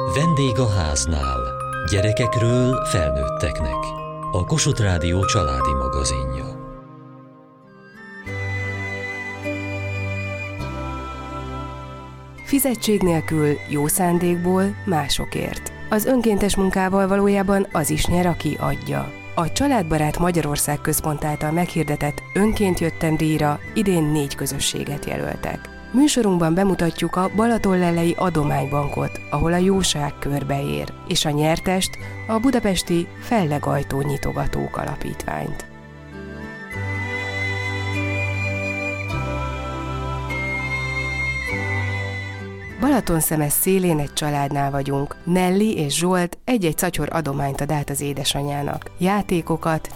Vendég a háznál. Gyerekekről felnőtteknek. A Kossuth Rádió családi magazinja. Fizetség nélkül, jó szándékból, másokért. Az önkéntes munkával valójában az is nyer, aki adja. A Családbarát Magyarország Központ által meghirdetett Önként jöttem díjra idén 4 közösséget jelöltek. Műsorunkban bemutatjuk a Balatonlellei Adománybankot, ahol a jóság körbeér, és a nyertest, a budapesti Fellegajtó Nyitogatók Alapítványt. Balatonszemesz szélén egy családnál vagyunk. Nelly és Zsolt egy-egy szatyor adományt ad át az édesanyjának. Játékokat,